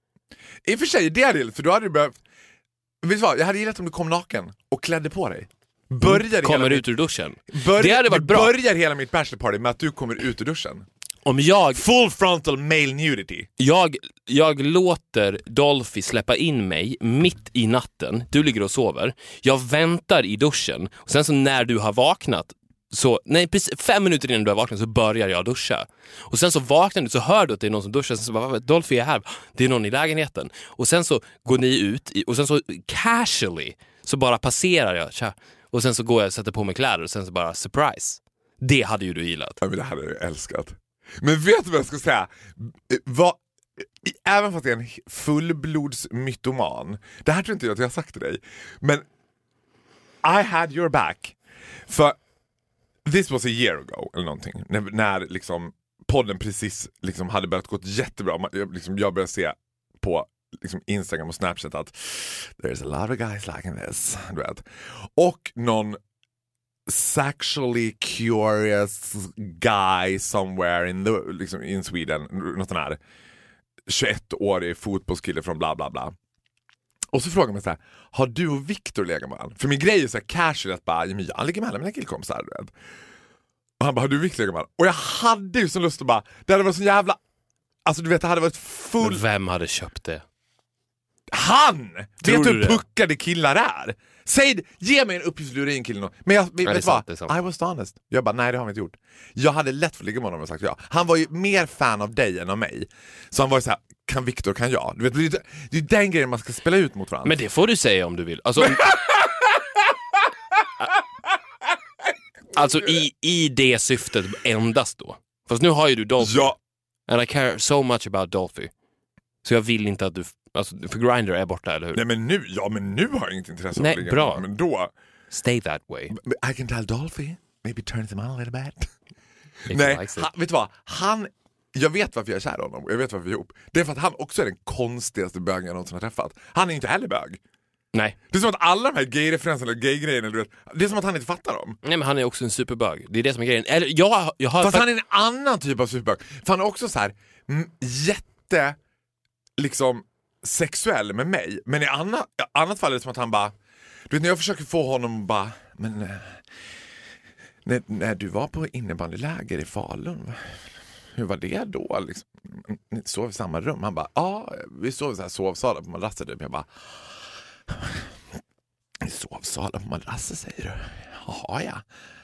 Speaker 5: I och för sig, det hade, för då hade du behövt. Vet du vad? Jag hade gillat om du kom naken och klädde på dig. Börjar
Speaker 6: kommer
Speaker 5: hela
Speaker 6: ut ur duschen.
Speaker 5: Börjar,
Speaker 6: det hade varit bra.
Speaker 5: Börjar hela mitt bachelor party med att du kommer ut ur duschen.
Speaker 6: Om jag...
Speaker 5: Full frontal male nudity.
Speaker 6: Jag, jag låter Dolphy släppa in mig mitt i natten. Du ligger och sover. Jag väntar i duschen. Och sen så när du har vaknat, så, nej, precis fem minuter innan du har vaknat så börjar jag duscha. Och sen så vaknar du så hör du att det är någon som duschar. Sen så bara, Dolphy är här. Det är någon i lägenheten. Och sen så går ni ut i, och sen så casually så bara passerar jag. Tja. Och sen så går jag och sätter på mig kläder och sen så bara surprise. Det hade ju du gillat.
Speaker 5: Ja, men det hade jag älskat. Men vet du vad jag ska säga? Vad, även fast jag är en fullblodsmytoman, det här tror inte jag att jag har sagt till dig, men I had your back. För this was a year ago eller någonting, när, när liksom podden precis liksom hade börjat gå jättebra. Jag, liksom, jag började se på liksom Instagram och Snapchat att there's a lot of guys liking this, du vet. Och någon sexually curious guy somewhere in the, liksom in Sweden, något sån här tjugoett-årig fotbollskille från bla bla bla. Och så frågar man så här, har du och Victor legat med han? För min grej är så här casual att bara, jag ligger med alla mina killkompisar, du vet. Och han bara, har du och Victor legat med han? Och jag hade ju så lust att bara, det hade varit så jävla, alltså du vet, det hade varit full.
Speaker 6: Men vem hade köpt det?
Speaker 5: Han!
Speaker 6: Tror
Speaker 5: vet du
Speaker 6: du
Speaker 5: hur puckade killar är? Säg, ge mig en uppgift du är in killen. Men jag, vet du vad? I was honest. Jag bara, nej det har vi inte gjort. Jag hade lätt för att ligga med honom och sagt ja. Han var ju mer fan av dig än av mig. Så han var ju så här, kan Victor, kan jag? Du vet, det är, det är den grejen man ska spela ut mot varandra.
Speaker 6: Men det får du säga om du vill. Alltså, om... alltså i, i det syftet endast då. Fast nu har ju du Dolphy.
Speaker 5: Ja.
Speaker 6: And I care so much about Dolphy. Så jag vill inte att du... Alltså, för Grindr är borta, eller hur?
Speaker 5: Nej, men nu, ja, men nu har jag inget intresse av
Speaker 6: Nej,
Speaker 5: att ligga
Speaker 6: bra.
Speaker 5: med. Men då...
Speaker 6: Stay that way.
Speaker 5: I can tell Dolphy. Maybe turn him on a little bit.
Speaker 6: If
Speaker 5: Nej,
Speaker 6: likes
Speaker 5: han, vet du vad? Han jag vet varför jag är kär i honom och jag vet varför vi är ihop. Det är för att han också är den konstigaste bögen jag någonsin har träffat. Han är inte heller bög.
Speaker 6: Nej.
Speaker 5: Det är som att alla de här gay-referenserna eller gay-grejerna, du vet, det är som att han inte fattar dem.
Speaker 6: Nej, men han är också en superbög. Det är det som är grejen. Eller, jag, jag har
Speaker 5: Fast
Speaker 6: fa-
Speaker 5: han är en annan typ av superbög. För han är också så här m- jätte liksom sexuell med mig. Men i anna, i annat fall är det som att han bara, du vet, när jag försöker få honom bara, men äh, när, när du var på innebandyläger i Falun, hur var det då? Liksom, ni sov i samma rum. Han bara, ja, vi sov i så här sovsalar på madrasser. Typ. Jag bara, i sovsalar på madrasser säger du? Jaha, ja.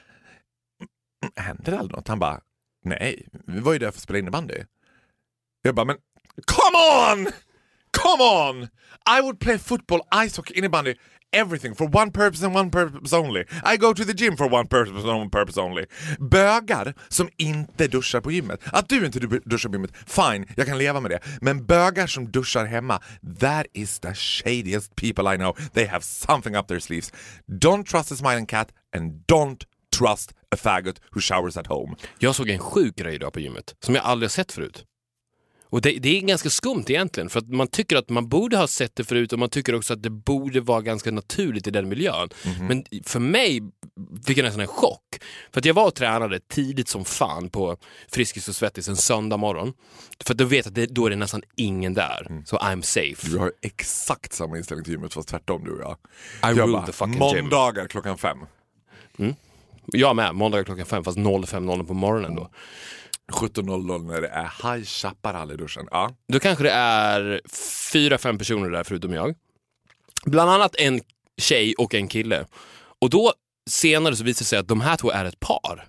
Speaker 5: Händer det aldrig något? Han bara, nej, vi var ju där för att spela innebandy. Jag bara, men come on! Come on! I would play football, ice hockey, innebandy, everything for one purpose and one purpose only. I go to the gym for one purpose and one purpose only. Bögar som inte duschar på gymmet. Att du inte duschar på gymmet, fine, jag kan leva med det. Men bögar som duschar hemma, that is the shadiest people I know. They have something up their sleeves. Don't trust a smiling cat and don't trust a faggot who showers at home.
Speaker 6: Jag såg en sjuk grej idag på gymmet som jag aldrig har sett förut. Och det, det är ganska skumt egentligen, för att man tycker att man borde ha sett det förut och man tycker också att det borde vara ganska naturligt i den miljön. Mm-hmm. Men för mig fick jag nästan en chock. För att jag var och tränade tidigt som fan på Friskis och Svettis en söndag morgon. För att du vet att det, då är det nästan ingen där. Mm. Så I'm safe.
Speaker 5: Du har exakt samma inställning till gymmet fast tvärtom du och jag.
Speaker 6: I
Speaker 5: jag
Speaker 6: rule
Speaker 5: bara,
Speaker 6: the fucking
Speaker 5: måndagar
Speaker 6: gym.
Speaker 5: klockan fem.
Speaker 6: Mm. Jag med, måndagar klockan fem fast noll fem noll på morgonen då.
Speaker 5: sjutton noll noll när det är High Chaparral i duschen. Ja.
Speaker 6: Då kanske det är fyra, fem personer där förutom jag. Bland annat en tjej och en kille. Och då senare så visar det sig att de här två är ett par.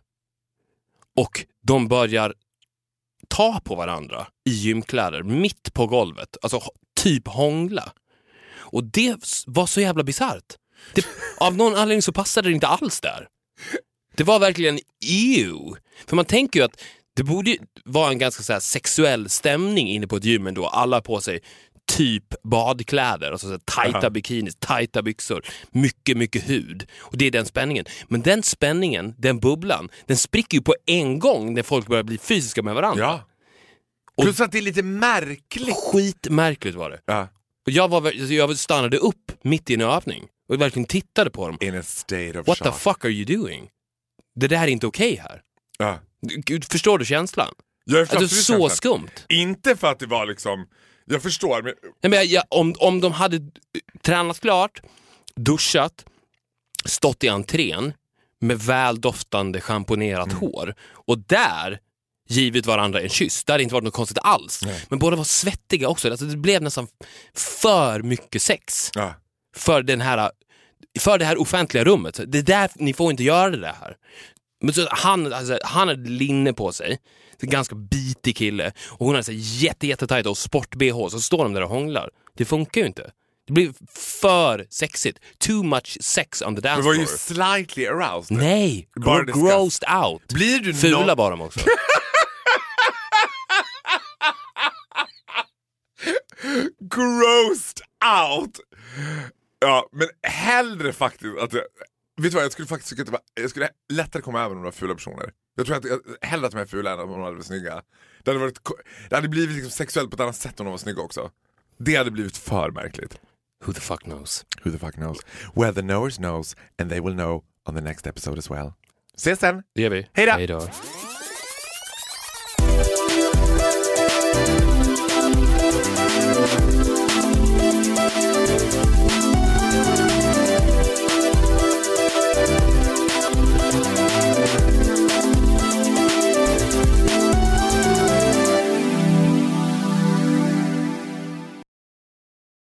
Speaker 6: Och de börjar ta på varandra i gymkläder mitt på golvet. Alltså typ hångla. Och det var så jävla bizarrt. Det, av någon anledning så passade det inte alls där. Det var verkligen ew. För man tänker ju att det borde vara en ganska så här sexuell stämning inne på ett gym då. Alla på sig typ badkläder, alltså så här tajta bikinis, tajta byxor, mycket, mycket hud. Och det är den spänningen. Men den spänningen, den bubblan, den spricker ju på en gång när folk börjar bli fysiska med varandra.
Speaker 5: Ja. Plus att det är lite märkligt.
Speaker 6: Skitmärkligt var det.
Speaker 5: Ja.
Speaker 6: Och jag, var, jag stannade upp mitt i en övning och verkligen tittade på dem.
Speaker 5: In a state of
Speaker 6: What
Speaker 5: shock.
Speaker 6: the fuck are you doing? Det där är inte okej okay här.
Speaker 5: Ja.
Speaker 6: Gud, förstår du känslan?
Speaker 5: Jag
Speaker 6: alltså, så känslan. Skumt.
Speaker 5: Inte för att det var liksom, jag förstår. Men...
Speaker 6: Nej, men jag, om, om de hade tränat klart, duschat, stått i entrén med väldoftande schamponerat mm. hår och där givit varandra en kyss. Det hade inte varit något konstigt alls. Nej. Men båda var svettiga också. Alltså, det blev nästan för mycket sex.
Speaker 5: Ja.
Speaker 6: För den här för det här offentliga rummet. Det är där ni får inte göra det här. Men så han, alltså, han hade linne på sig. En ganska bitig kille. Och hon hade så jätte, jättetajta och sport-B H. Så står de där och hånglar. Det funkar ju inte. Det blir för sexigt. Too much sex on the dance floor.
Speaker 5: Du var ju slightly aroused.
Speaker 6: Nej,
Speaker 5: bara
Speaker 6: grossed out.
Speaker 5: Blir du
Speaker 6: Fula
Speaker 5: no-
Speaker 6: var de också.
Speaker 5: Grossed out. Ja, men hellre faktiskt att jag, vet du vad, jag skulle faktiskt tycka att det var, jag skulle lättare komma över några fula personer. Jag tror att jag, hellre att de är fula än att de hade varit snygga. Det hade, varit, det hade blivit liksom sexuellt på ett annat sätt om de var snygga också. Det hade blivit för märkligt.
Speaker 6: Who the fuck knows?
Speaker 5: Who the fuck knows? Well, the knowers knows and they will know on the next episode as well. Ses sen!
Speaker 6: Det gör vi.
Speaker 5: Hej då!
Speaker 6: Hej då.